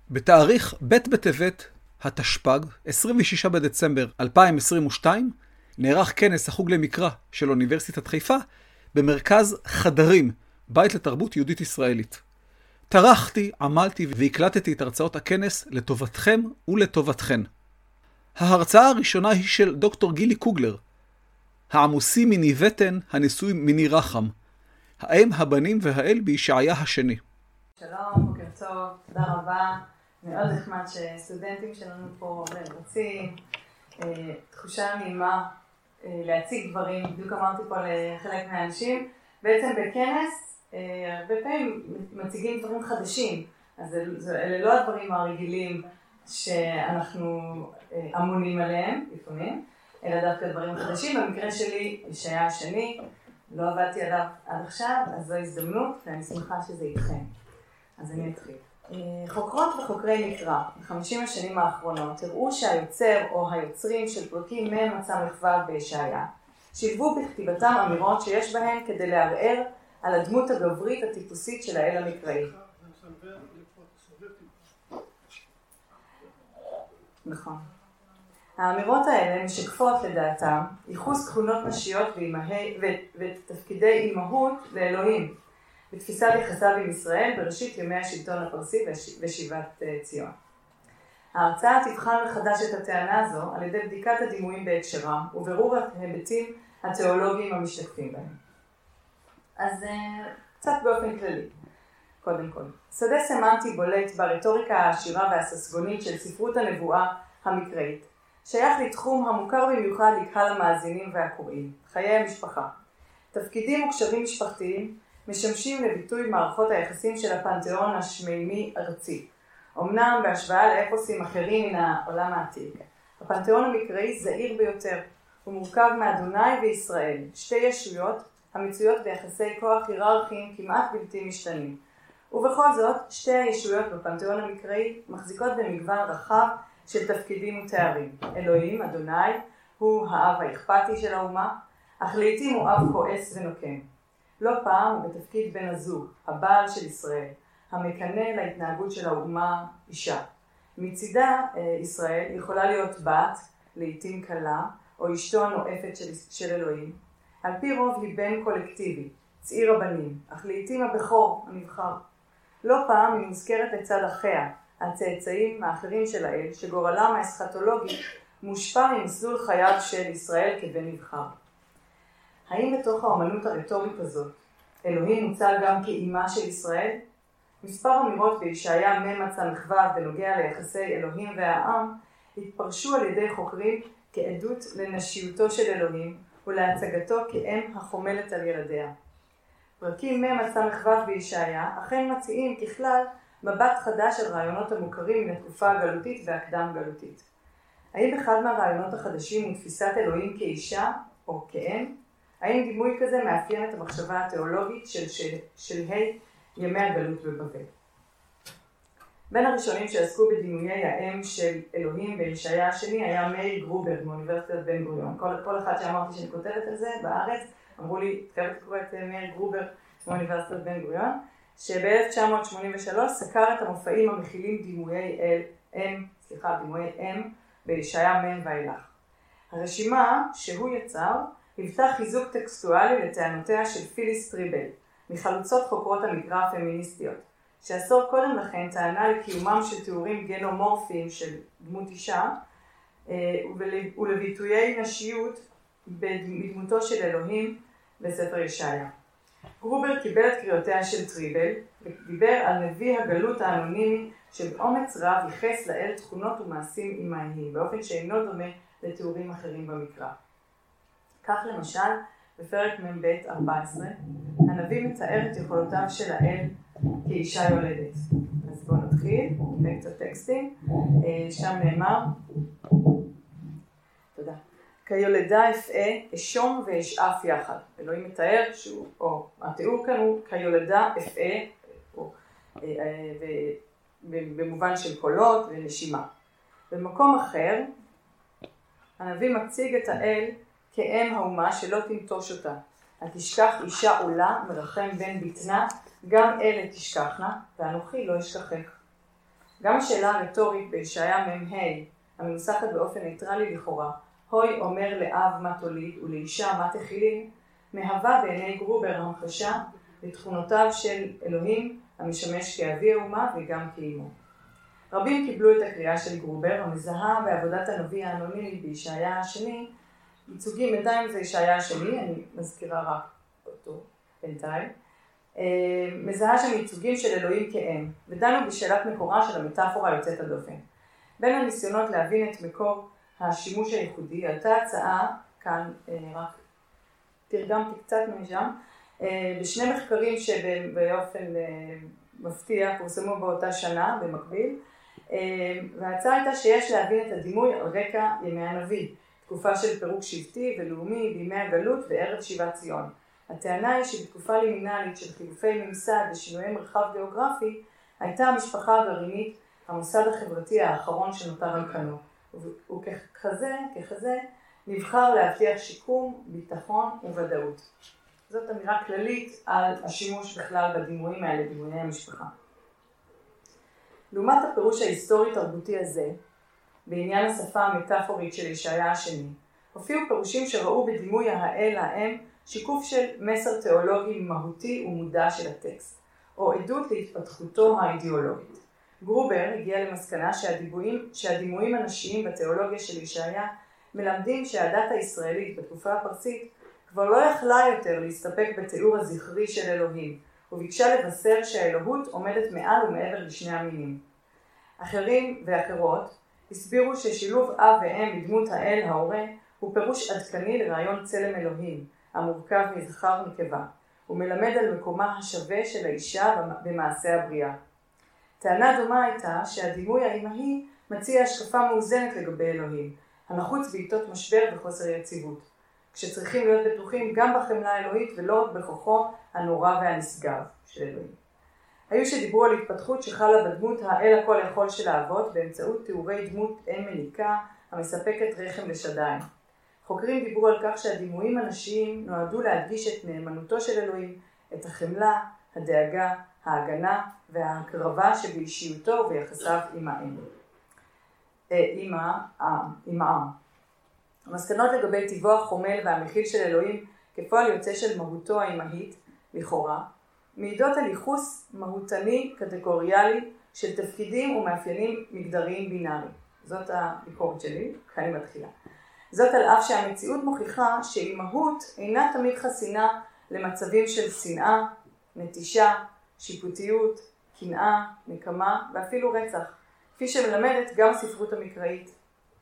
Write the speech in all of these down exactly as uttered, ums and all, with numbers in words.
בתאריך ב' בטבת התשפ"ג, עשרים ושישה בדצמבר אלפיים עשרים ושתיים, נערך כנס החוג למקרא של אוניברסיטת חיפה במרכז חדרים, בית לתרבות יהודית ישראלית. טרחתי, עמלתי והקלטתי את הרצאות הכנס לטובתכם ולטובתכן. ההרצאה הראשונה היא של דוקטור גילי קוגלר, העמוסי מני ותן, הנשוי מני רחם, האם, הבנים והאל בישעיה השני. שלום, בוקר טוב, תודה רבה. מאוד נחמד שסטודנטים שלנו פה רוצים, תחושה נעימה להציג דברים. בדיוק אמרתי פה לחלק מהאנשים, בעצם בכנס הרבה פעמים מציגים דברים חדשים, אז אלה לא הדברים הרגילים שאנחנו אמונים עליהם לפעמים, אלא דווקא דברים חדשים. במקרה שלי, ישעיה השני, לא עבדתי עליו עד עכשיו, אז זו הזדמנות ואני שמחה שזה איתכם. אז אני אתחיל. חוקרות וחוקרי מקרא בחמישים השנים האחרונות הראו שהיוצר או היוצרים של פרקים מ' מצא מחווה בישעיה שילבו בכתיבתם אמירות שיש בהן כדי לערער על הדמות הגברית הטיפוסית של האל המקראי. נכון. האמירות האלה משקפות לדעתם ייחוס תכונות נשיות ותפקידי אימהות לאלוהים בתפיסת יחסיו עם ישראל בראשית ימי השלטון הפרסי ושיבת ציון. ההרצאה תבחן מחדש את הטענה הזו על ידי בדיקת הדימויים בהקשרם ובירור ההיבטים התיאולוגיים המשתקפים בהם. אז קצת באופן כללי. קודם כל, שדה סמנטי בולט ברטוריקה העשירה והססגונית של ספרות הנבואה המקראית, שייך לתחום המוכר במיוחד לקהל המאזינים והקוראים, חיי המשפחה. תפקידים וקשרים משפחתיים משמשים לביטוי מערכות היחסים של הפנתיאון השמימי ארצי. אמנם בהשוואה לאפוסים אחרים מן העולם העתיק, הפנתיאון המקראי זהיר ביותר. הוא מורכב מאדוני וישראל, שתי ישויות המצויות ביחסי כוח היררכיים כמעט בלתי משתנים. ובכל זאת, שתי הישויות בפנתיאון המקראי מחזיקות במגוון רחב של תפקידים ותארים. אלוהים, אדוני, הוא האב האכפתי של האומה, אך לעתים הוא אב כועס ונוקם. לא פעם הוא בתפקיד בן הזוג, הבעל של ישראל, המקנה להתנהגות של האומה אישה. מצידה ישראל יכולה להיות בת, לעתים קלה, או אשתו הנואפת של, של אלוהים. על פי רוב היא בן קולקטיבי, צעיר הבנים, אך לעתים הבכור הנבחר. לא פעם היא מוזכרת לצד אחיה, הצאצאים האחרים של האל, שגורלם האסכטולוגי מושפע ממסלול חייו של ישראל כבן נבחר. האם בתוך האמנות הרטורית הזאת, אלוהים מוצג גם כאימה של ישראל? מספר אמירות בישעיה מ' מצא מחווה בנוגע ליחסי אלוהים והעם, התפרשו על ידי חוקרים כעדות לנשיותו של אלוהים ולהצגתו כאם החומלת על ילדיה. פרקים מ' מצא מחווה בישעיה אכן מציעים ככלל מבט חדש על רעיונות המוכרים מן התקופה הגלותית והקדם גלותית. האם אחד מהרעיונות החדשים הוא תפיסת אלוהים כאישה או כאם? האם דימוי כזה מאפיין את המחשבה התיאולוגית של שלהי ימי הגלות בבבל? בין הראשונים שעסקו בדימויי האם של אלוהים בישעיה השני היה מאיר גרובר מאוניברסיטת בן גוריון. כל, כל אחד שאמרתי שאני כותבת על זה בארץ, אמרו לי, תכף לקרוא את מאיר גרובר מאוניברסיטת בן גוריון, שב-אלף תשע מאות שמונים ושלוש סקר את המופעים המכילים דימויי אל, אם, סליחה, דימויי אם בישעיה מ' ואילך. הרשימה שהוא יצר היוותה חיזוק טקסטואלי לטענותיה של פיליס טריבל, מחלוצות חוקרות המקרא הפמיניסטיות, שעשור קודם לכן טענה לקיומם של תיאורים גנומורפיים של דמות אישה, ולביטויי נשיות בדמותו של אלוהים בספר ישעיה. גרובר קיבל את קריאותיה של טריבל, ודיבר על נביא הגלות האנונימי שבאומץ רב ייחס לאל תכונות ומעשים אימהיים, באופן שאינו דומה לתיאורים אחרים במקרא. כך למשל, בפרק מ"ב ארבע עשרה, הנביא מתאר את יכולותיו של האל כאישה יולדת. אז בואו נתחיל, נקרא קצת טקסטים. שם נאמר, תודה. כיולדה אפעה, אשום ואשאף יחד. אלוהים מתאר שהוא, או התיאור כאן הוא כיולדה אפעה, במובן של קולות ונשימה. במקום אחר, הנביא מציג את האל כאם האומה שלא תנטוש אותה. התשכח אישה עולה מרחם בן בטנה, גם אלה תשכחנה, ואנוכי לא אשכחך. גם השאלה הרטורית בישעיה מ"ה, המנוסחת באופן ניטרלי לכאורה, הוי אומר לאב מה תוליד ולאישה מה תכילין, מהווה בעיני גרובר המחשה לתכונותיו של אלוהים המשמש כאבי האומה וגם כאימו. רבים קיבלו את הקריאה של גרובר המזהה בעבודת הנביא האנונימית בישעיה השני, ייצוגים בינתיים זה ישעיה השני, אני מזכירה רק אותו בינתיים, מזהה שם ייצוגים של אלוהים כאם, ודנו בשאלת מקורה של המטאפורה יוצאת הדופן. בין הניסיונות להבין את מקור השימוש הייחודי, עלתה הצעה, כאן רק תרגמתי קצת משם, בשני מחקרים שבאופן מפתיע פורסמו באותה שנה במקביל, וההצעה הייתה שיש להבין את הדימוי על רקע ימי הנביא, תקופה של פירוק שבטי ולאומי בימי הגלות וערב שיבת ציון. הטענה היא שבתקופה לימינלית של חילופי ממסד ושינויי מרחב גיאוגרפי, הייתה המשפחה הגרעינית המוסד החברתי האחרון שנותר על כנו, וככזה, ככזה, נבחר להבטיח שיקום, ביטחון וודאות. זאת אמירה כללית על השימוש בכלל בדימויים האלה, דימויי המשפחה. לעומת הפירוש ההיסטורי-תרבותי הזה, בעניין השפה המטאפורית של ישעיה השני, הופיעו פירושים שראו בדימוי האל האם שיקוף של מסר תיאולוגי מהותי ומודע של הטקסט, או עדות להתפתחותו האידיאולוגית. גרובר הגיע למסקנה שהדימויים, שהדימויים הנשיים בתיאולוגיה של ישעיה מלמדים שהדת הישראלית בתקופה הפרסית כבר לא יכלה יותר להסתפק בתיאור הזכרי של אלוהים, וביקשה לבשר שהאלוהות עומדת מעל ומעבר לשני המינים. אחרים ואחרות הסבירו ששילוב אב ואם בדמות האל ההורה הוא פירוש עדכני לרעיון צלם אלוהים, המורכב מזכר ונקבה, ומלמד על מקומה השווה של האישה במעשה הבריאה. טענה דומה הייתה שהדימוי האימהי מציע השקפה מאוזנת לגבי אלוהים, הנחוץ בעיתות משבר וחוסר יציבות, כשצריכים להיות בטוחים גם בחמלה האלוהית ולא רק בכוחו הנורא והנשגב של אלוהים. היו שדיברו על התפתחות שחלה בדמות האל הכל יכול של האבות באמצעות תיאורי דמות אם מניקה המספקת רחם לשדיים. חוקרים דיברו על כך שהדימויים הנשיים נועדו להדגיש את נאמנותו של אלוהים, את החמלה, הדאגה, ההגנה וההקרבה שבאישיותו וביחסיו עם האם. עם העם, עם העם. המסקנות לגבי טבעו החומל והמכיל של אלוהים כפועל יוצא של מהותו האימהית, לכאורה, מעידות על ייחוס מהותני קטגוריאלי של תפקידים ומאפיינים מגדריים בינאריים. זאת הביקורת שלי, כאן אני מתחילה. זאת על אף שהמציאות מוכיחה שאימהות אינה תמיד חסינה למצבים של שנאה, נטישה, שיפוטיות, קנאה, נקמה ואפילו רצח, כפי שמלמדת גם הספרות המקראית,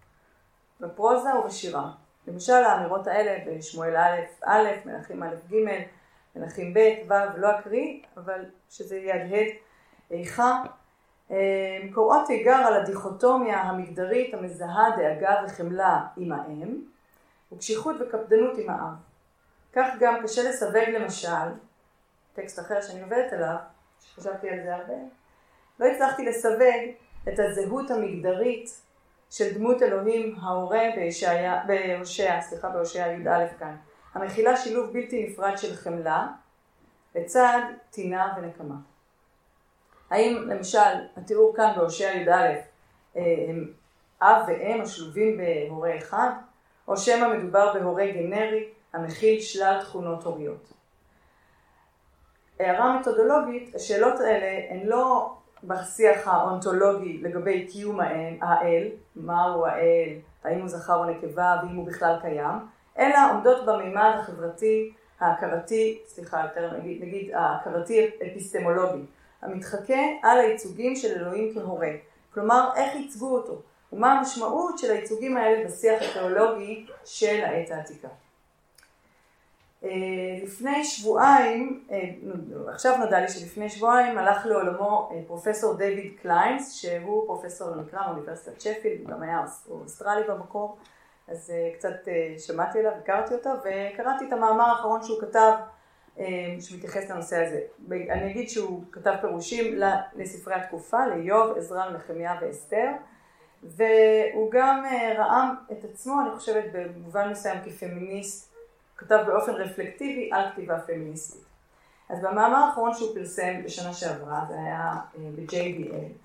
בפרוזה ובשירה. למשל האמירות האלה בשמואל א', א', מלכים א', ג', מלכים ב', ו', לא אקריא, אבל שזה יהדהד איכה, קוראות תיגר על הדיכוטומיה המגדרית המזהה דאגה וחמלה עם האם, וקשיחות וקפדנות עם האב. כך גם קשה לסווג למשל, טקסט אחר שאני עובדת עליו, שחשבתי על זה הרבה, לא הצלחתי לסווג את הזהות המגדרית של דמות אלוהים ההורה בהושע, בהושע, סליחה, בהושע י"א כאן, המכילה שילוב בלתי נפרד של חמלה לצד טינה ונקמה. האם למשל התיאור כאן בהושע י"א הם אב ואם השלובים בהורה אחד, או שמא מדובר בהורה גנרי המכיל שלל תכונות הוריות? הערה מתודולוגית, השאלות האלה הן לא בשיח האונתולוגי לגבי קיום האל, מהו האל, האם הוא זכר או נקבה ואם הוא בכלל קיים, אלא עומדות במימד החברתי, ההכרתי, סליחה, יותר נגיד, נגיד ההכרתי אפיסטמולוגי, המתחכה על הייצוגים של אלוהים כהורה. כלומר, איך ייצגו אותו, ומה המשמעות של הייצוגים האלה בשיח התיאולוגי של העת העתיקה. לפני שבועיים, עכשיו נודע לי שלפני שבועיים הלך לעולמו פרופסור דיוויד קליינס, שהוא פרופסור למקרא מאוניברסיטת שפילד, הוא גם היה אוסטרלי במקור, אז קצת שמעתי עליו, הכרתי אותו, וקראתי את המאמר האחרון שהוא כתב, שמתייחס לנושא הזה. אני אגיד שהוא כתב פירושים לספרי התקופה, לאיוב, עזרא, נחמיה ואסתר, והוא גם ראה את עצמו, אני חושבת, במובן מסוים כפמיניסט, כתב באופן רפלקטיבי על כתיבה פמיניסטית. אז במאמר האחרון שהוא פרסם בשנה שעברה, זה היה ב-ג'יי בי אל,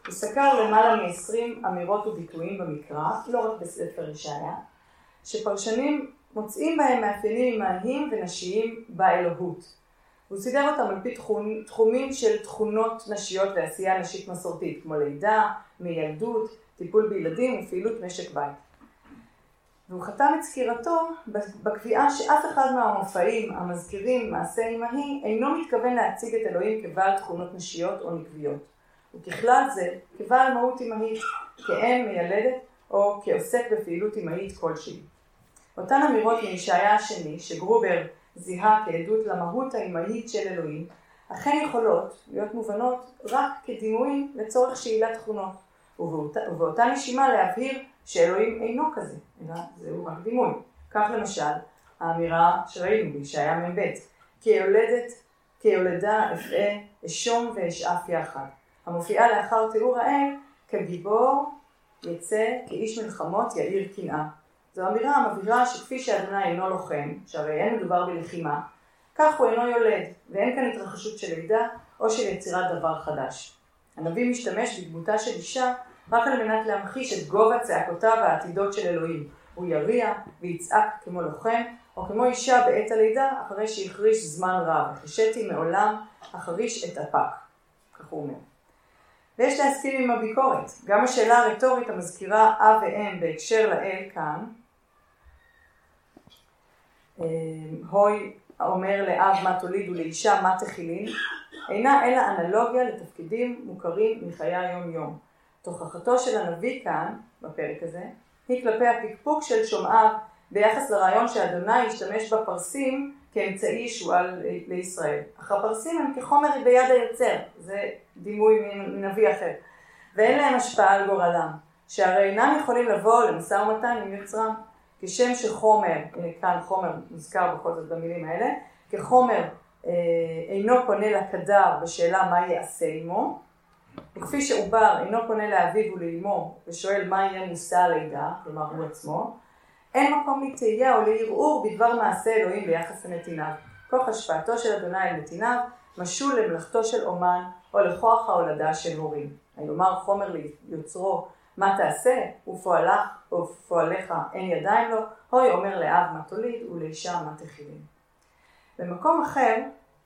הוא סקר למעלה מ-עשרים אמירות וביטויים במקרא, לא רק בספר ישעיה, שפרשנים מוצאים בהם מאפיינים אימהיים ונשיים באלוהות. הוא סידר אותם על פי תחומים של תכונות נשיות ועשייה נשית מסורתית, כמו לידה, מילדות, טיפול בילדים ופעילות משק בית. והוא חתם את סקירתו בקביעה שאף אחד מהמופעים המזכירים מעשה אימהי אינו מתכוון להציג את אלוהים כבעל תכונות נשיות או נקביות. וככלל זה כבעל מהות אימהית, כאם מיילדת או כעוסק בפעילות אימהית כלשהי. אותן אמירות מישעיה השני שגרובר זיהה כעדות למהות האימהית של אלוהים, אכן יכולות להיות מובנות רק כדימויים לצורך שאילת תכונות, ובאותה, ובאותה נשימה להבהיר שאלוהים אינו כזה, אלא זהו רק דימוי. כך למשל, האמירה שראינו בישעיה מ"ב, כיולדת, כיולדה אפעה, אשום ואשאף יחד, המופיעה לאחר תיאור האל כגיבור יצא כאיש מלחמות יאיר קנאה. זו אמירה המבהירה שכפי שאדוני אינו לוחם, שהרי אין מדובר בלחימה, כך הוא אינו יולד, ואין כאן התרחשות של לידה או של יצירת דבר חדש. הנביא משתמש בדמותה של אישה רק על מנת להמחיש את גובה צעקותיו העתידות של אלוהים. הוא יריע ויצעק כמו לוחם, או כמו אישה בעת הלידה אחרי שהחריש זמן רב, החשתי מעולם החריש את אפק, כך הוא אומר. ויש להסכים עם הביקורת. גם השאלה הרטורית המזכירה אב ואם בהקשר לאל כאן, הוי אומר לאב מה תוליד ולאישה מה תחילין, אינה אלא אנלוגיה לתפקידים מוכרים מחיי היום יום. תוכחתו של הנביא כאן, בפרק הזה, היא כלפי הפקפוק של שומעיו ביחס לרעיון שאדוני ישתמש בפרסים כאמצעי ישועה לישראל. אך הפרסים הם כחומר ביד היוצר, זה דימוי מנביא אחר, ואין להם השפעה על גורלם, שהרי אינם יכולים לבוא למשא ומתן עם יוצרם, כשם שחומר, הנה כאן חומר מוזכר בכל זאת במילים האלה, כחומר אה, אינו פונה לקדר בשאלה מה יעשה עמו, וכפי שעובר אינו פונה לאביו ולאמו ושואל מה יהיה מושא הלידה, כלומר הוא עצמו, אין מקום לתהייה או לערעור בדבר מעשה אלוהים ביחס לנתיניו. כוח השפעתו של אדוני על נתיניו משול למלאכתו של אומן או לכוח ההולדה של הורים. היאמר חומר ליוצרו מה תעשה ופועלך ופועליך אין ידיים לו, הוי אומר לאב מה תוליד ולאישה מה תחילין. במקום אחר,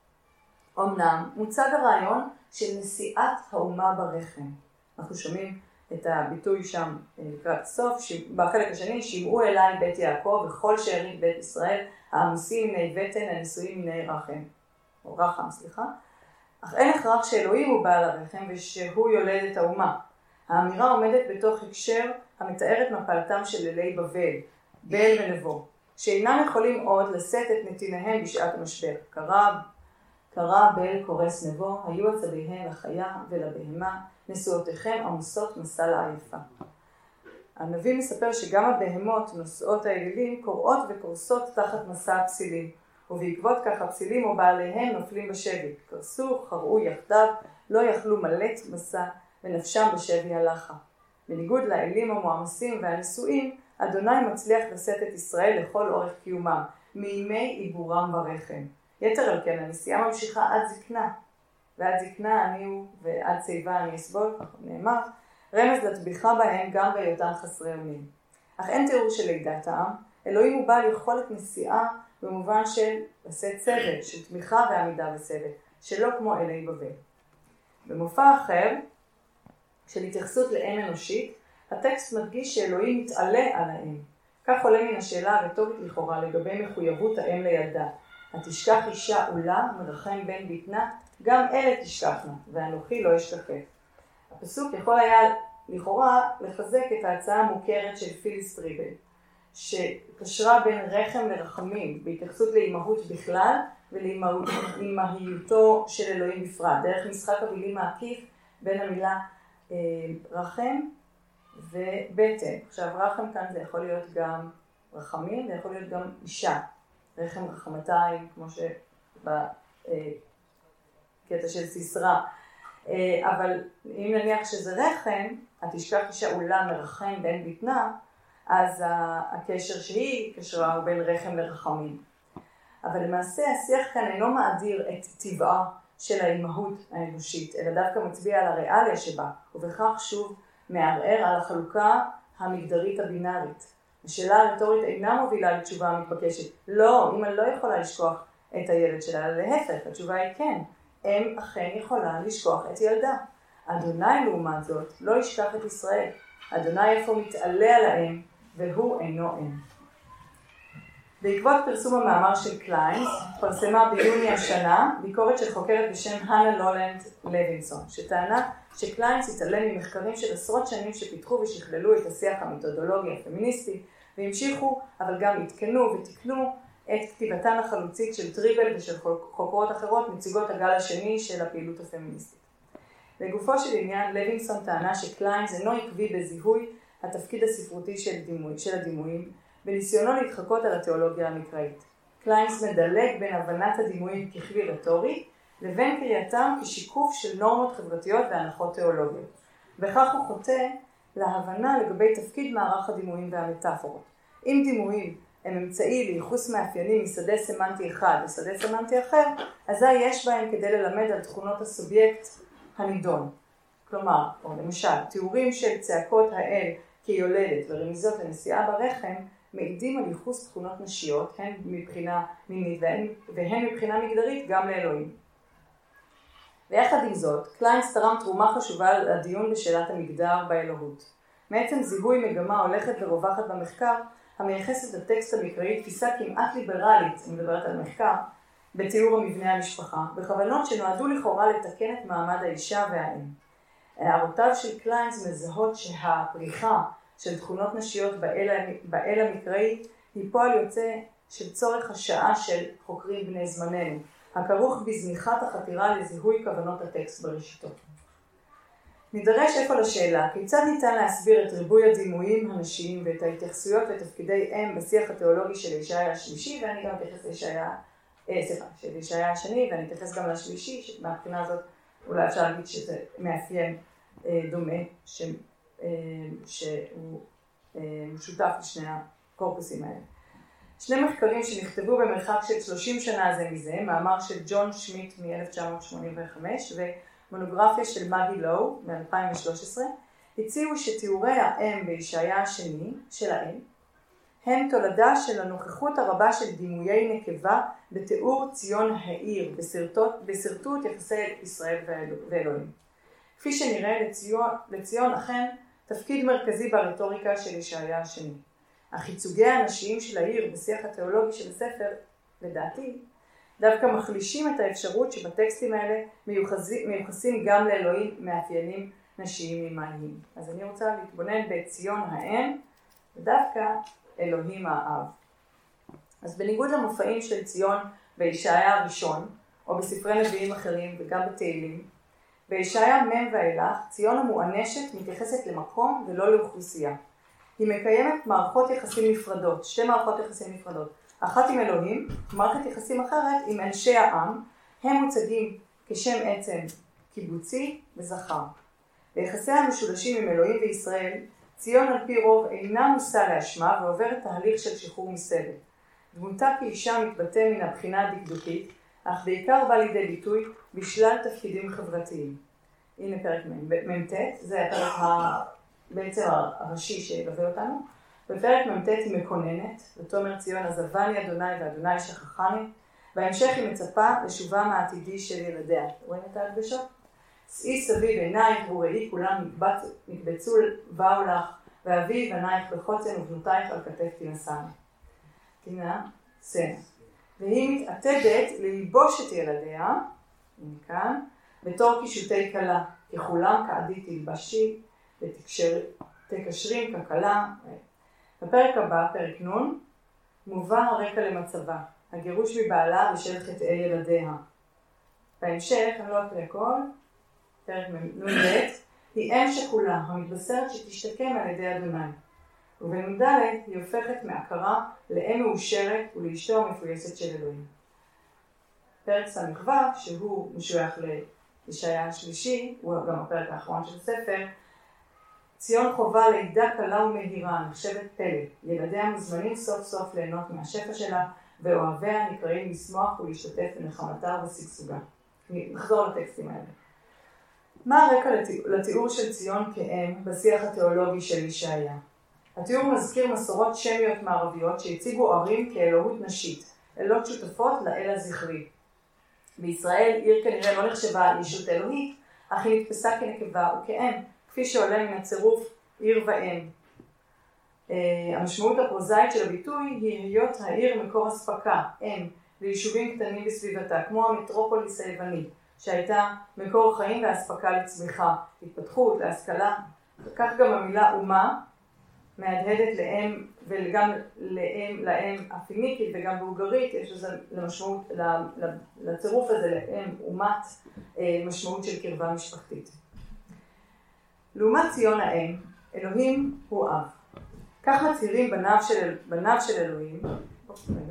אמנם מוצג הרעיון של נשיאת האומה ברחם. אנחנו שומעים את הביטוי שם לקראת סוף, בחלק השני, שמעו אליי בית יעקב וכל שארית בית ישראל, העמוסים מיני בטן, הנשואים מיני רחם, או רחם, סליחה. אך אין הכרח שאלוהים הוא בעל הרחם ושהוא יולד את האומה. האמירה עומדת בתוך הקשר המתאר את מפלתם של אלי בבל, בל ונבו, שאינם יכולים עוד לשאת את נתיניהם בשעת המשבר. קרא, קרא בל קורס נבו, היו עצביהם לחיה ולבהמה, נשואותיכם עמוסות מסע לעייפה. הנביא מספר שגם הבהמות נושאות האלילים קוראות וקורסות תחת מסע הפסילים, ובעקבות כך הפסילים או בעליהם נופלים בשבי. קרסו, חראו יחדיו, לא יכלו מלט מסע, ונפשם בשבי הלכה. בניגוד לאלים המועמסים והנשואים, אדוני מצליח לשאת את ישראל לכל אורך קיומם, מימי עיבורם ברחם. יתר על כן, הנסיעה ממשיכה עד זקנה. ועד זקנה אני הוא ועד שיבה אני אסבול, כך נאמר, רמז לתמיכה בהם גם בהיותם חסרי אונים. אך אין תיאור של לידת העם, אלוהים הוא בעל יכולת נסיעה במובן של לשאת סבל, של תמיכה ועמידה בסבל, שלא כמו אלי בבל. במופע אחר, של התייחסות לאם אנושית, הטקסט מדגיש שאלוהים מתעלה על האם. כך עולה מן השאלה הרטורית לכאורה לגבי מחויבות האם לילדה. התשכח אישה עולה מרחם בן ביתנה, גם אלה תשכחנה, ואנוכי לא אשכחך. הפסוק יכול היה לכאורה לחזק את ההצעה המוכרת של פיליס טריבל, שקשרה בין רחם לרחמים, בהתייחסות לאימהות בכלל ולאימהיותו של אלוהים בפרט, דרך משחק המילים העקיף בין המילה אה, רחם ובטן. עכשיו רחם כאן זה יכול להיות גם רחמים, זה יכול להיות גם אישה. רחם רחמתיים, כמו שבקטע של סיסרא. אבל אם נניח שזה רחם, התשכח אישה עולה מרחם בן ביתנה, אז הקשר שהיא קשרה הוא בין רחם לרחמים. אבל למעשה השיח כאן אינו מאדיר את טבעה של האימהות האנושית, אלא דווקא מצביע על הריאליה שבה, ובכך שוב מערער על החלוקה המגדרית הבינארית. השאלה הרטורית אינה מובילה לתשובה המתבקשת. לא, אמא לא יכולה לשכוח את הילד שלה, אלא להפך, התשובה היא כן. אם אכן יכולה לשכוח את ילדה. אדוני לעומת זאת לא ישכח את ישראל. אדוני איפה מתעלה על האם, והוא אינו אם. בעקבות פרסום המאמר של קליינס, פרסמה ביוני השנה ביקורת של חוקרת בשם הנה לולנד לוינסון, שטענה שקליינס התעלם ממחקרים של עשרות שנים שפיתחו ושכללו את השיח המתודולוגי הפמיניסטי, והמשיכו, אבל גם התקנו ותקנו את כתיבתן החלוצית של טריבל ושל חוקרות אחרות מציגות הגל השני של הפעילות הפמיניסטית. לגופו של עניין, לוינסון טענה שקליינס אינו עקבי בזיהוי התפקיד הספרותי של, דימוי, של הדימויים, בניסיונו להתחקות על התיאולוגיה המקראית. קליינס מדלג בין הבנת הדימויים ככלי רטורי, לבין קריאתם כשיקוף של נורמות חברתיות והנחות תיאולוגיות. וכך הוא חוטא להבנה לגבי תפקיד מערך הדימויים והמטאפורות. אם דימויים הם אמצעי לייחוס מאפיינים משדה סמנטי אחד לשדה סמנטי אחר, אזי יש בהם כדי ללמד על תכונות הסובייקט הנידון. כלומר, או למשל, תיאורים של צעקות האל כיולדת ורמיזות לנסיעה ברחם, מעידים על ייחוס תכונות נשיות, הן מבחינה מינית והן מבחינה מגדרית גם לאלוהים. ויחד עם זאת, קליינס תרם תרומה חשובה לדיון בשאלת המגדר באלוהות. מעצם זיהוי מגמה הולכת ורווחת במחקר, המייחסת לטקסט המקראי תפיסה כמעט ליברלית, אני מדברת על מחקר, בתיאור המבנה המשפחה, בכוונות שנועדו לכאורה לתקן את מעמד האישה והאם. הערותיו של קליינס מזהות שהפריחה של תכונות נשיות באל, באל המקראי היא פועל יוצא של צורך השעה של חוקרים בני זמננו, הכרוך בזניחת החתירה לזיהוי כוונות הטקסט בראשיתו. נדרש איפה לשאלה, כיצד ניתן להסביר את ריבוי הדימויים הנשיים ואת ההתייחסויות לתפקידי אם בשיח התיאולוגי של ישעיה השלישי, ואני גם אתייחס לישעיה, אה, סליחה, של ישעיה השני, ואני אתייחס גם לשלישי, שמהבחינה הזאת אולי אפשר להגיד שזה מאפיין אה, דומה, ש, אה, שהוא אה, משותף לשני הקורפוסים האלה. שני מחקרים שנכתבו במרחק של שלושים שנה זה מזה, מאמר של ג'ון שמיט מ-אלף תשע מאות שמונים וחמש ומונוגרפיה של מגי לואו מ-אלפיים ושלוש עשרה, הציעו שתיאורי האם בישעיה השני של האם הם תולדה של הנוכחות הרבה של דימויי נקבה בתיאור ציון העיר בסרטוט יחסי ישראל ואלוהים. כפי שנראה, לציון, לציון אכן תפקיד מרכזי ברטוריקה של ישעיה השני. אך ייצוגי האנשיים של העיר בשיח התיאולוגי של הספר, לדעתי, דווקא מחלישים את האפשרות שבטקסטים האלה מיוחסים, מיוחסים גם לאלוהים מאפיינים נשיים אימהיים. אז אני רוצה להתבונן בציון האם, ודווקא אלוהים האב. אז בניגוד למופעים של ציון בישעיה הראשון, או בספרי נביאים אחרים וגם בתהילים, בישעיה מ' ואילך, ציון המואנשת מתייחסת למקום ולא לאוכלוסייה. היא מקיימת מערכות יחסים נפרדות, שתי מערכות יחסים נפרדות. אחת עם אלוהים, מערכת יחסים אחרת עם אנשי העם, הם מוצגים כשם עצם קיבוצי וזכר. ביחסי המשולשים עם אלוהים וישראל, ציון על פי רוב אינה מושא לאשמה ועוברת תהליך של שחרור מסבל. דמותה כאישה מתבטא מן הבחינה הדקדוקית, אך בעיקר בא לידי ביטוי בשלל תפקידים חברתיים. הנה פרק מ"ט, זה הפרק ה... בעצם הראשי שילווה אותנו. בפרק מ"ט היא מקוננת, ותאמר ציון עזבני אדוני ואדוני שכחני, בהמשך היא מצפה לשובם העתידי של ילדיה. רואים את ההדגשות? שאי סביב עינייך וראי כולם נקבצו באו לך, ואביב עינייך בחוצן ובנותייך על כתף תנסני. תינה, סנה. והיא מתעתדת ללבוש את ילדיה, מכאן, בתור קישוטי קלה, ככולם כעדי תלבשי, ותקשרים ככלה. בפרק הבא, פרק נון, מובא הרקע למצבה, הגירוש מבעלה בשל חטאי ילדיה. בהמשך, אני לא אקריא הכל, פרק נון ב', היא אם שכולה, המתבשרת שתשתקם על ידי אדוני. ובנון ד' היא הופכת מהכרה לאם מאושרת ולאשתו המפויסת של אלוהים. פרק ס"ו, שהוא משוייך לישעיה השלישי, הוא גם הפרק האחרון של הספר, ציון חובה לידה קלה ומהירה, נחשבת פלא. ילדיה מוזמנים סוף סוף ליהנות מהשפע שלה, ואוהביה נקראים לשמוח ולהשתתף בנחמתה ובשגשוגה. נחזור לטקסטים האלה. מה הרקע לתיאור של ציון כאם בשיח התיאולוגי של ישעיה? התיאור מזכיר מסורות שמיות מערביות שהציגו ערים כאלוהות נשית, אלות שותפות לאל הזכרי. בישראל עיר כנראה לא נחשבה ישות אלוהית, אך היא נתפסה כנקבה וכאם, כפי שעולה מן הצירוף עיר ואם. המשמעות הפרוזאית של הביטוי היא היות העיר מקור אספקה, אם, ליישובים קטנים בסביבתה, כמו המטרופוליס היווני, שהייתה מקור חיים והאספקה לצמיחה, להתפתחות, להשכלה. כך גם המילה אומה מהדהדת לאם וגם לאם, לאם הפיניקית וגם בולגרית, יש לזה למשמעות, לצירוף הזה לאם אומת, משמעות של קרבה משפחתית. לעומת ציון האם, אלוהים הוא אב. כך מצהירים בניו של, בניו של אלוהים, רגע,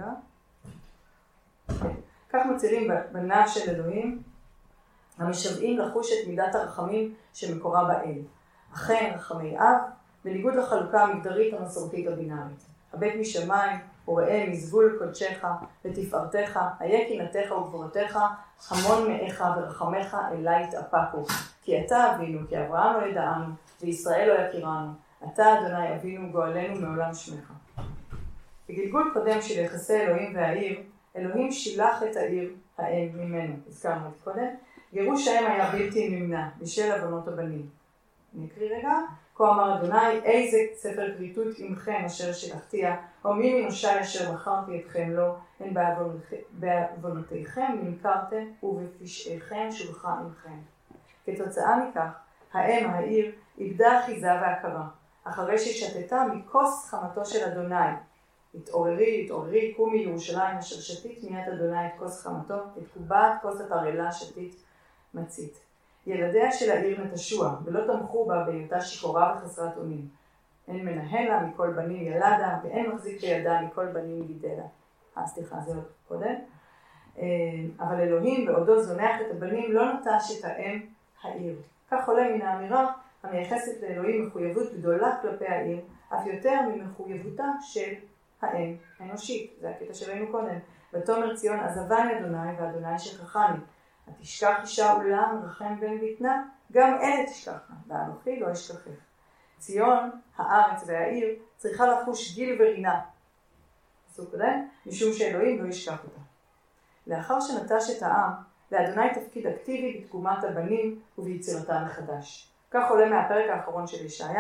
כך מצהירים בניו של אלוהים, המשוועים לחוש את מידת הרחמים שמקורה באל. אכן רחמי אב, בניגוד לחלוקה המגדרית המסורתית הבינארית. הבט משמיים, וראה מזבול קודשך ותפארתך, היה קנאתך וגבורתך, המון מאיך ורחמך אליי יתאפקו. כי אתה אבינו, כי אברהם לא ידענו, וישראל לא יכירנו. אתה אדוני אבינו גואלנו מעולם שמך. בגלגול קודם של יחסי אלוהים והעיר, אלוהים שילח את העיר האם ממנו, הזכרנו את קודם, גירוש האם היה בלתי נמנע בשל הבנות הבנים. אני אקריא רגע. כה אמר אדוני, איזה ספר כריתות עמכם אשר שלחתיה, או מי מנושי אשר בחרתי אתכם לו, הן בעוונותיכם נמכרתם ובפשעיכם שולחה עמכם. כתוצאה מכך, האם העיר איבדה אחיזה והכרה, אחרי ששתתה מכוס חמתו של אדוני. התעוררי, התעוררי, קומי ירושלים אשר שתית מיד אדוני את כוס חמתו, את קובעת כוס התרעלה שתית מצית. ילדיה של העיר נטשוע, ולא תמכו בה בהיותה שיכורה וחסרת אונים. אין מנהלה מכל בנים ילדה, ואין מחזיק בידה מכל בנים גידלה. אה, סליחה, זה עוד קודם. אבל אלוהים בעודו זונח את הבנים לא נטש את האם העיר. כך עולה מן האמירה המייחסת לאלוהים מחויבות גדולה כלפי העיר, אף יותר ממחויבותה של האם האנושית. זה הקטע שראינו קודם. ותאמר ציון עזבני אדוני ואדוני שכחני. התשכח אישה עולם רחם בן בטנה, גם אלה תשכחנה, ואנוכי לא אשכחך. ציון, הארץ והעיר צריכה לחוש גיל ורינה. פסוק קודם, משום שאלוהים לא ישכח אותה. לאחר שנטש את העם, לאדוני תפקיד אקטיבי בתקומת הבנים וביצירתה מחדש. כך עולה מהפרק האחרון של ישעיה.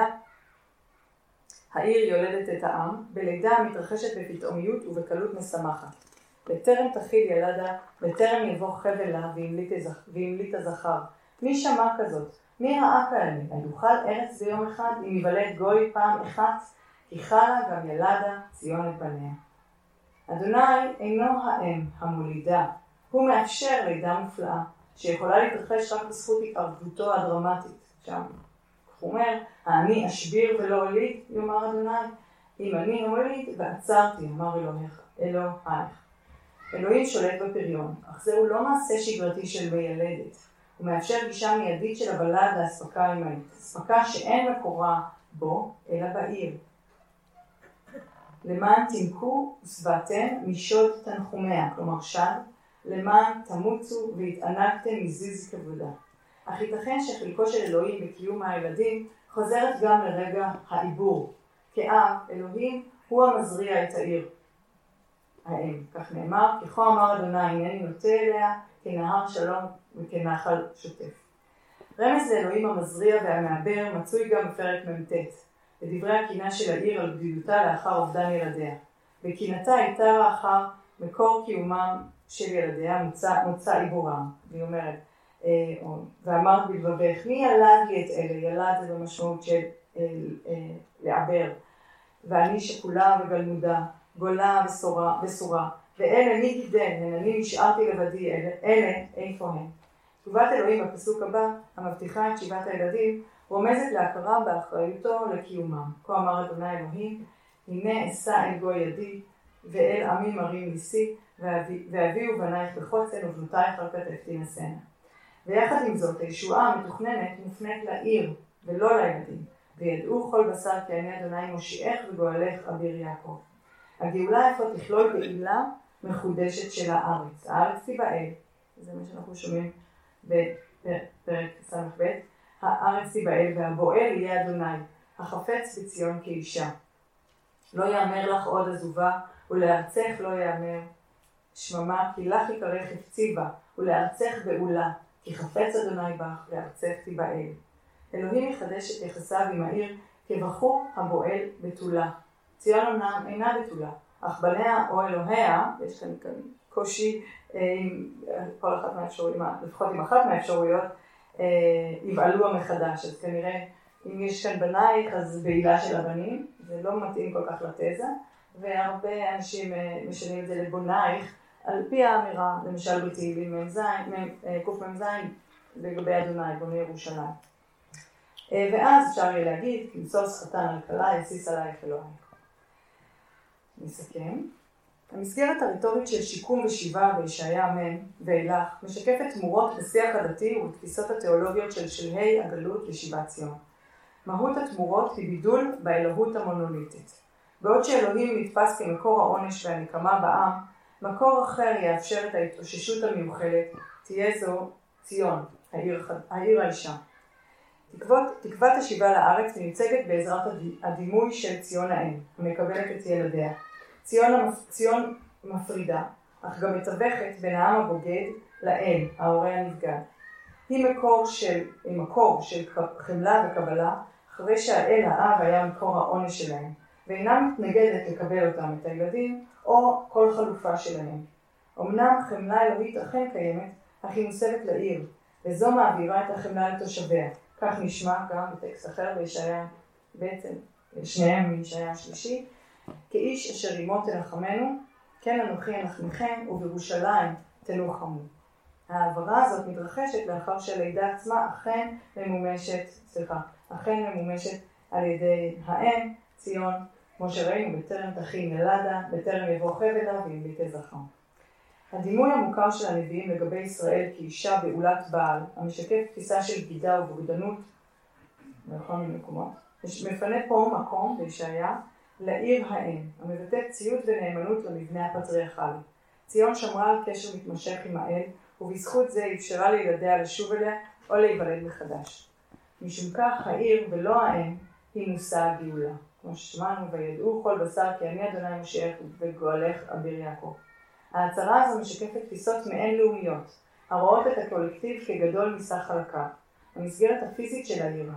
העיר יולדת את העם, בלידה המתרחשת בפתאומיות ובקלות משמחת. בטרם תחיל ילדה, בטרם יבוא חבל לה והמליט הזכר. מי שמע כזאת? מי ראה כאלה? היוכל ארץ ביום אחד, אם יוולד גוי פעם אחת, כי חלה גם ילדה ציון את בניה. אדוני אינו האם המולידה, הוא מאפשר לידה מופלאה, שיכולה להתרחש רק בזכות התערבותו הדרמטית. שם, הוא אומר, אני אשביר ולא הוליד, יאמר אדוני, אם אני הוליד ועצרתי, אמר אלוהיך, אלוהיך. אלוהים שולט בפריון, אך זהו לא מעשה שגרתי של מיילדת. הוא מאפשר גישה מיידית של הוולד להספקה אמהית, הספקה שאין מקורה בו, אלא בעיר. למען תנקו ושבעתם משוד תנחומיה, כלומר שד, למען תמוצו והתענגתם מזיז כבודה. אך ייתכן שחלקו של אלוהים בקיום הילדים חוזרת גם לרגע העיבור. כאב, אלוהים הוא המזריע את העיר. האם, כך נאמר, ככה אמר אדוני, הנני נוטה אליה כנהר שלום וכנחל שוטף. רמז לאלוהים המזריע והמעבר מצוי גם בפרק מ"ט, בדברי הקינה של העיר על בדידותה לאחר אובדן ילדיה. וקינתה הייתה לאחר מקור קיומם של ילדיה מוצא, מוצא עיבורם. והיא אומרת, אה, ואמרת בלבבך, מי ילד לי את אלה? ילד זה במשמעות של אה, אה, לעבר. ואני שכולה וגלמודה. גולה וסורה, וסורה, ואלה מי גידל, אני נשארתי לבדי, אלה, אלה איפה הם. תגובת אלוהים בפסוק הבא, המבטיחה את שיבת הילדים, רומזת להכרה באחריותו לקיומם. כה אמר אדוני אלוהים, הנה אשא אל גוי ידי, ואל עמי מרים ניסי, והביאו בנייך בחוצן ובנותייך על כתפתי נשאנה. ויחד עם זאת, הישועה המתוכננת מופנית לעיר, ולא לילדים, וידעו כל בשר כי אני אדוני מושיעך וגואלך אביר יעקב. הגאולה איפה תכלול בעילה מחודשת של הארץ. הארץ תיבעל, זה מה שאנחנו שומעים בפרק ס"ב, הארץ תיבעל והבועל יהיה אדוני, החפץ בציון כאישה. לא יאמר לך עוד עזובה, ולארצך לא יאמר שממה, כי לך יקרא חפצי בה, ולארצך בעולה, כי חפץ אדוני בך, לארצך תיבעל. אלוהים יחדש את יחסיו עם העיר, כבחור הבועל בתולה. ציון אמנם אינה בתולה, אך בניה או אלוהיה, יש כאן, כאן קושי עם כל אחת מהאפשרויות, לפחות עם אחת מהאפשרויות, יבעלו מחדש. אז כנראה, אם יש כאן בנייך, אז בעילה של הבנים, זה לא מתאים כל כך לתזה, והרבה אנשים משנים את זה לבונייך, על פי האמירה, למשל בתהילים קמ"ז, לגבי אדוני, בוני ירושלים. ואז אפשר יהיה להגיד, כמסוס חתן על כלה, יסיס עלייך אלוהי. נסכם. המסגרת הרטורית של שיקום ושיבה בישעיה אמן ואילך משקפת תמורות בשיח הדתי ובתפיסות התיאולוגיות של שלהי הגלות לשיבת ציון. מהות התמורות היא בידול באלוהות המונוליטית. בעוד שאלוהים נתפס כמקור העונש והנקמה בעם, מקור אחר יאפשר את ההתאוששות המיוחלת, תהיה זו ציון, העיר, העיר האישה. תקוות, תקוות השיבה לארץ מיוצגת בעזרת הדימוי של ציון האם, המקבלת את ילדיה. ציון, ציון מפרידה, אך גם מתווכת בין העם הבוגד לאם, ההורה הנפגד. היא מקור של, היא מקור של חמלה וקבלה, אחרי שהאל האב היה מקור העונש שלהם, ואינה מתנגדת לקבל אותם, את הילדים, או כל חלופה שלהם. אמנם חמלה אלוהית אכן קיימת, אך היא מוסבת לעיר, וזו מעבירה את החמלה לתושביה. כך נשמע גם בטקסט אחר בישעיה, בעצם שניהם מישעיה השלישי, כאיש אשר עמו תנחמנו, כן אנוכי אנחמכם, ובירושלים תנוחמו. העברה הזאת מתרחשת לאחר שהלידה עצמה אכן ממומשת, סליחה, אכן ממומשת על ידי האם, ציון, כמו שראינו, בטרם תכין ילדה, בטרם יבוא חבלה וימליטי זכר. הדימוי המוכר של הנביאים לגבי ישראל כאישה בעולת בעל, המשקף תפיסה של בגידה ובוגדנות, בכל מיני מקומות, מפנה פה מקום בישעיה לעיר האם, המבטא ציות ונאמנות למבנה הפטריארכלי. ציון שמרה על קשר מתמשך עם האל, ובזכות זה אפשרה לילדיה לשוב אליה או להיוולד מחדש. משום כך העיר ולא האם היא מושא הגאולה. כמו ששמענו, וידעו כל בשר כי אני אדוני משיח וגואלך אביר יעקב. ההצהרה הזו משקפת תפיסות מעין לאומיות, הרואות את הקולקטיב כגדול מסך חלקיו. המסגרת הפיזית של העיר,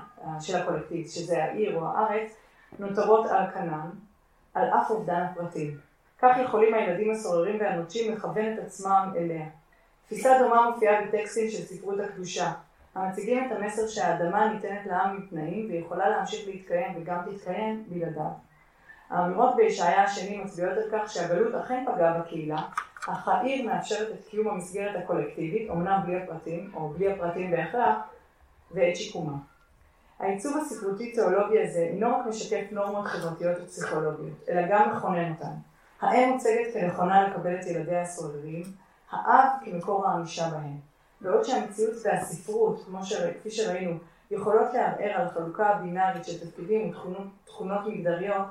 של הקולקטיב, שזה העיר או הארץ, נותרות על כנן, על אף אובדן הפרטים. כך יכולים הילדים הסוררים והנוטשים לכוון את עצמם אליה. תפיסה דומה מופיעה בטקסטים של ספרות הקדושה, המציגים את המסר שהאדמה ניתנת לעם מתנאים ויכולה להמשיך להתקיים וגם תתקיים בלעדיו. האמירות בישעיה השני מצביעות על כך שהגלות אכן פגעה בקהילה, אך העיר מאפשרת את קיום המסגרת הקולקטיבית, אומנם בלי הפרטים, או בלי הפרטים בהכרח, ואת שיקומה. העיצוב הספרותי-תיאולוגי הזה אינו רק משקף נורמות חברתיות ופסיכולוגיות, אלא גם מכונן אותן. האם מוצגת כנכונה לקבל את ילדיה הסוררים, האב כמקור הענישה בהם. בעוד שהמציאות והספרות, כמו שרא, כפי שראינו, יכולות לערער על החלוקה הבינארית של תפקידים ותכונות תכונות מגדריות,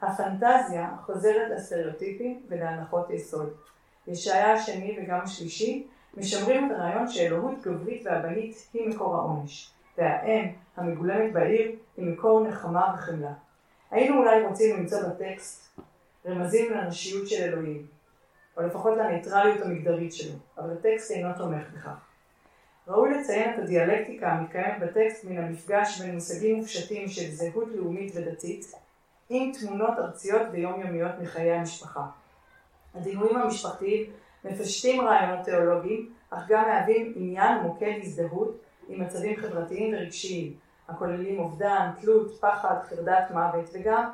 הפנטזיה חוזרת לסטריאוטיפים ולהנחות יסוד. ישעיה השני וגם השלישי משמרים את הרעיון שאלוהות גברית ואבהית היא מקור העונש, והאם המגולמת בעיר היא מקור נחמה וחמלה. היינו אולי רוצים למצוא בטקסט רמזים לנשיות של אלוהים, או לפחות לניטרליות המגדרית שלו, אבל הטקסט אינו תומך בכך. ראוי לציין את הדיאלקטיקה המתקיימת בטקסט מן המפגש בין מושגים מופשטים של זהות לאומית ודתית, עם תמונות ארציות ויומיומיות מחיי המשפחה. הדימויים המשפחתיים מפשטים רעיונות תיאולוגיים, אך גם מהווים עניין ומוקד הזדהות עם מצבים חברתיים ורגשיים, הכוללים אובדן, תלות, פחד, חרדת מוות, וגם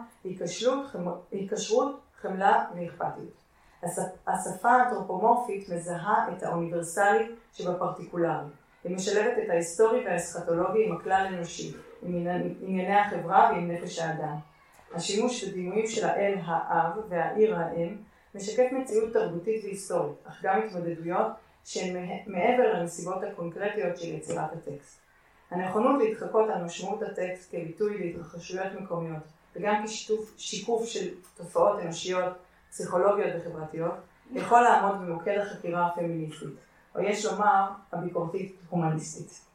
היקשרות, חמלה ואכפתיות. השפה האנתרופומורפית מזהה את האוניברסלי שבפרטיקולרי. היא משלבת את ההיסטורי והאסכטולוגי עם הכלל האנושי, עם ענייני החברה ועם נפש האדם. השימוש בדימויים של האל האב והעיר האם משקף מציאות תרבותית והיסטורית, אך גם התמודדויות שהן מעבר לנסיבות הקונקרטיות של יצירת הטקסט. הנכונות להתחקות על משמעות הטקסט כביטוי להתרחשויות מקומיות, וגם כשיקוף של תופעות אנושיות, פסיכולוגיות וחברתיות, יכול לעמוד במוקד החקירה הפמיניסטית. או יש לומר הביקורתית הומניסטית.